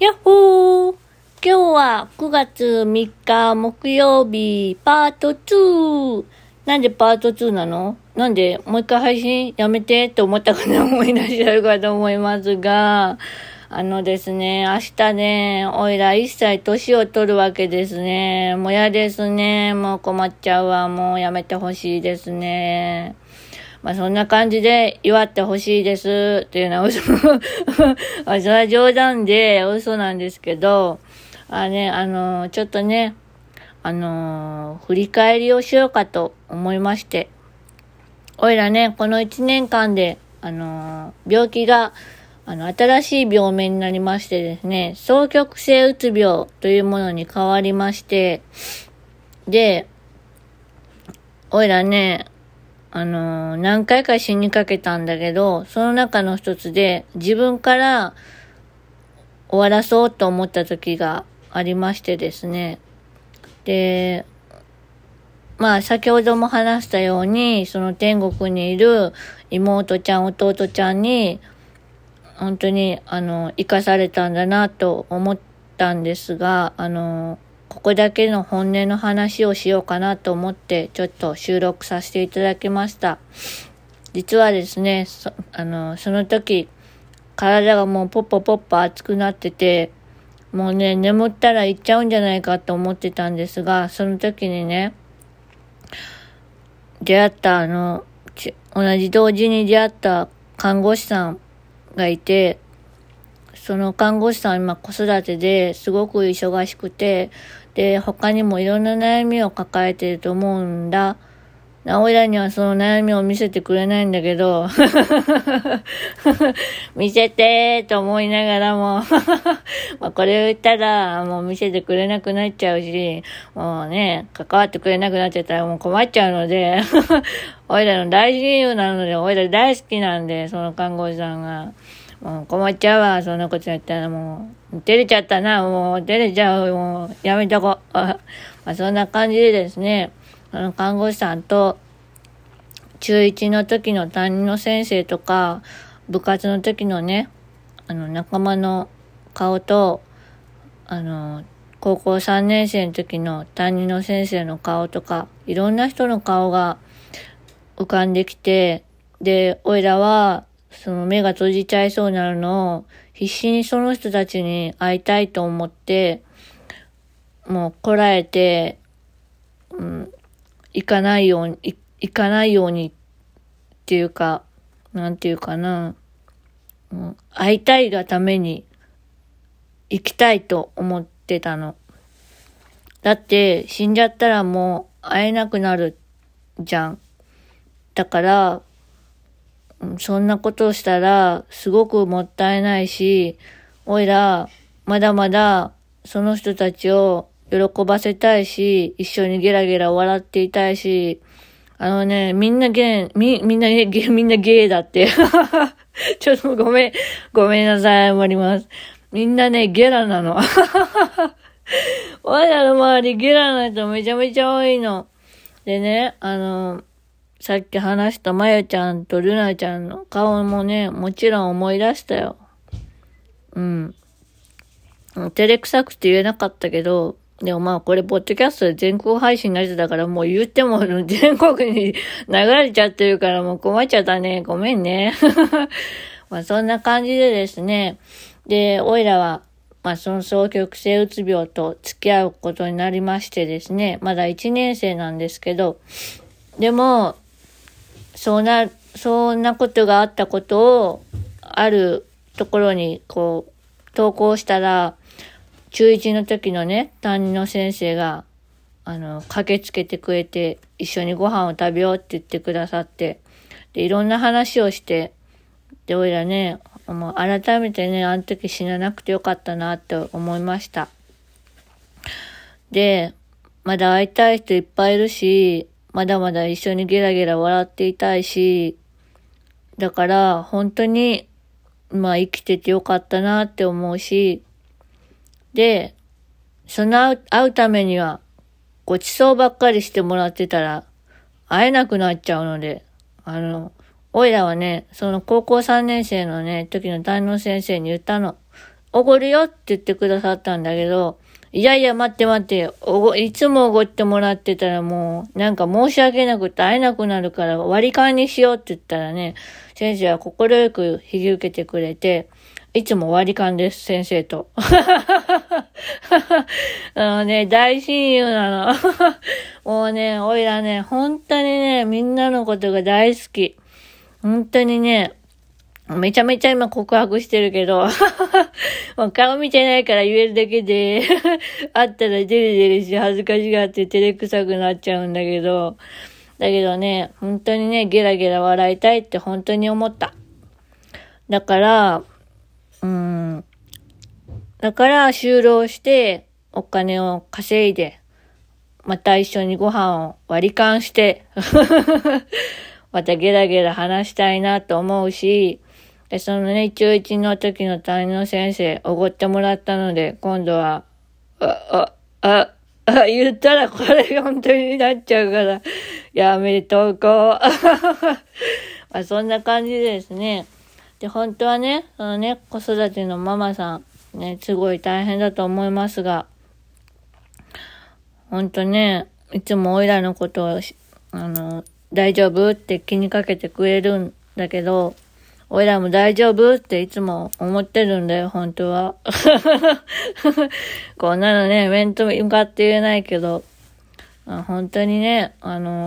やっほー。今日は9月3日木曜日パート2。なんでパート2なの？なんでもう一回配信やめてって思った方もいらっしゃるかと思いますが、ですね、明日ね、おいら1歳年を取るわけですね。もう嫌ですね。もう困っちゃうわ。もうやめてほしいですね。そんな感じで祝ってほしいですっていうのは嘘。それは冗談で嘘なんですけど、ちょっとね、振り返りをしようかと思いまして。おいらね、この1年間で、病気が、新しい病名になりましてですね、双極性うつ病というものに変わりまして、で、おいらね、何回か死にかけたんだけど、その中の一つで自分から終わらそうと思った時がありましてですね。で、先ほども話したように、その天国にいる妹ちゃん、弟ちゃんに、本当に、生かされたんだなと思ったんですが、ここだけの本音の話をしようかなと思ってちょっと収録させていただきました。実はですね、その時体がもうポッポ熱くなってて、もうね、眠ったら行っちゃうんじゃないかと思ってたんですが、その時にね、同時に出会った看護師さんがいて、その看護師さん今子育てですごく忙しくて、で、他にもいろんな悩みを抱えていると思うんだ。おいらにはその悩みを見せてくれないんだけど、見せてーと思いながらも、これを言ったらもう見せてくれなくなっちゃうし、もうね、関わってくれなくなっちゃったらもう困っちゃうので、おいらの大親友なので、おいら大好きなんで、その看護師さんが。もう困っちゃうわ、そんなことやったらもう、照れちゃったな、もう照れちゃう、もうやめとこう。そんな感じでですね、看護師さんと、中1の時の担任の先生とか、部活の時のね、仲間の顔と、高校3年生の時の担任の先生の顔とか、いろんな人の顔が浮かんできて、で、おいらは、その目が閉じちゃいそうになるのを、必死にその人たちに会いたいと思って、もうこらえて、行かないようにっていうか、なんていうかな、会いたいがために行きたいと思ってたの。だって死んじゃったらもう会えなくなるじゃん。だから、そんなことをしたらすごくもったいないし、おいらまだまだその人たちを喜ばせたいし、一緒にゲラゲラ笑っていたいし、みんなゲーだって。ちょっとごめんなさい、謝ります。みんなね、ゲラなの。おいらの周りゲラな人めちゃめちゃ多いの。でね、さっき話したまゆちゃんとルナちゃんの顔もね、もちろん思い出したよ。照れくさくて言えなかったけど、でもこれポッドキャストで全国配信になってたからもう言っても全国に流れちゃってるからもう困っちゃったね。ごめんね。そんな感じでですね。で、おいらは、その双極性うつ病と付き合うことになりましてですね。まだ1年生なんですけど、でも、そんなことがあったことを、あるところに投稿したら、中1の時のね、担任の先生が、駆けつけてくれて、一緒にご飯を食べようって言ってくださって、で、いろんな話をして、で、おいらね、もう改めてね、あの時死ななくてよかったなって思いました。で、まだ会いたい人いっぱいいるし、まだまだ一緒にゲラゲラ笑っていたいし、だから本当に、生きててよかったなって思うし、で、会うためには、ご馳走ばっかりしてもらってたら、会えなくなっちゃうので、おいらはね、その高校3年生のね、時の担任の先生に言ったの。 おごるよって言ってくださったんだけど、いやいや待って待って、いつもおごってもらってたらもう、なんか申し訳なくて会えなくなるから割り勘にしようって言ったらね、先生は快く引き受けてくれて、いつも割り勘です、先生と。大親友なの。もうね、おいらね、本当にね、みんなのことが大好き。本当にね、めちゃめちゃ今告白してるけど、もう顔見てないから言えるだけで、会ったらデレデレし恥ずかしがって照れくさくなっちゃうんだけどね、本当にね、ゲラゲラ笑いたいって本当に思った。だから就労してお金を稼いで、また一緒にご飯を割り勘して、またゲラゲラ話したいなと思うし、で、そのね、中1の時の担任の先生、おごってもらったので、今度は、言ったらこれ本当になっちゃうから、やめとこう。そんな感じですね。で、本当はね、そのね、子育てのママさん、ね、すごい大変だと思いますが、本当ね、いつもおいらのことを、大丈夫って気にかけてくれるんだけど、おいらも大丈夫っていつも思ってるんだよ、本当は。こんなのね、面と向かって言えないけど、本当にね、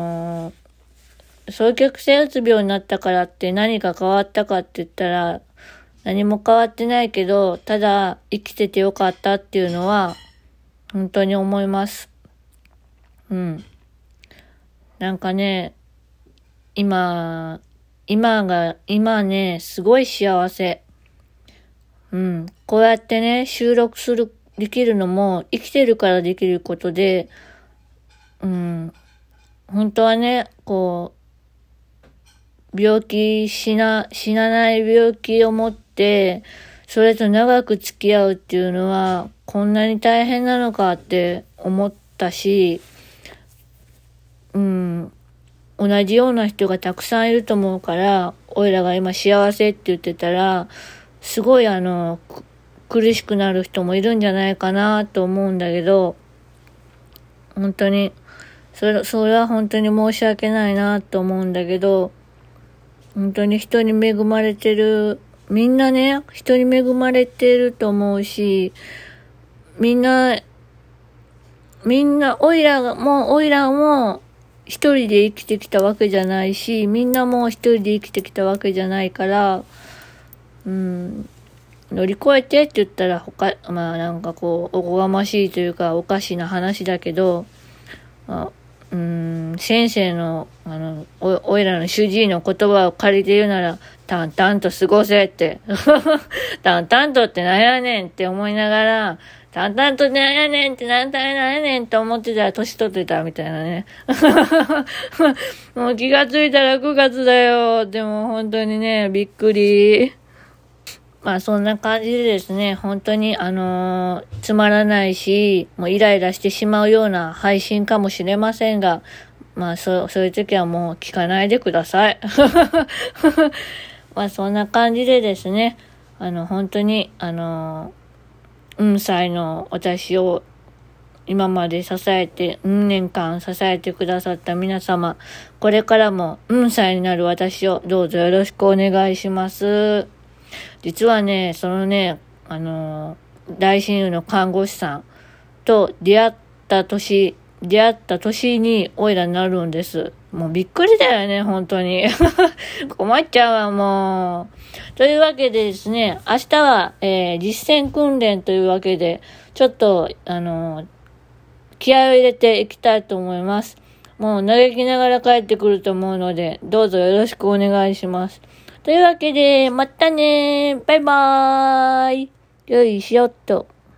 双極性うつ病になったからって何か変わったかって言ったら、何も変わってないけど、ただ生きててよかったっていうのは、本当に思います。なんかね、今ね、すごい幸せ。こうやってね、収録できるのも、生きてるからできることで、本当はね、こう、死なない病気を持って、それと長く付き合うっていうのは、こんなに大変なのかって思ったし、同じような人がたくさんいると思うから、おいらが今幸せって言ってたら、すごい苦しくなる人もいるんじゃないかなと思うんだけど、本当に、それは本当に申し訳ないなと思うんだけど、本当に人に恵まれてる、みんなね、人に恵まれてると思うし、みんな、おいらも、一人で生きてきたわけじゃないし、みんなも一人で生きてきたわけじゃないから、乗り越えてって言ったらなんかこう、おこがましいというかおかしな話だけど、先生の、おいらの主治医の言葉を借りて言うなら、淡々と過ごせって。淡々とってなんやねんって思いながら、淡々となんやねんってなんやねんって思ってたら年取ってたみたいなね。もう気がついたら9月だよ。でも本当にね、びっくり。そんな感じでですね、本当につまらないし、もうイライラしてしまうような配信かもしれませんが、そういう時はもう聞かないでください。そんな感じでですね、本当に歳の私を今まで年間支えてくださった皆様、これからも歳になる私をどうぞよろしくお願いします。実はね、大親友の看護師さんと出会った年にオイラになるんです。もうびっくりだよね、本当に。困っちゃうわ、もう。というわけでですね、明日は、実践訓練というわけで、ちょっと、気合を入れていきたいと思います。もう嘆きながら帰ってくると思うので、どうぞよろしくお願いします。というわけで、またねー。バイバーイ。よいしょっと。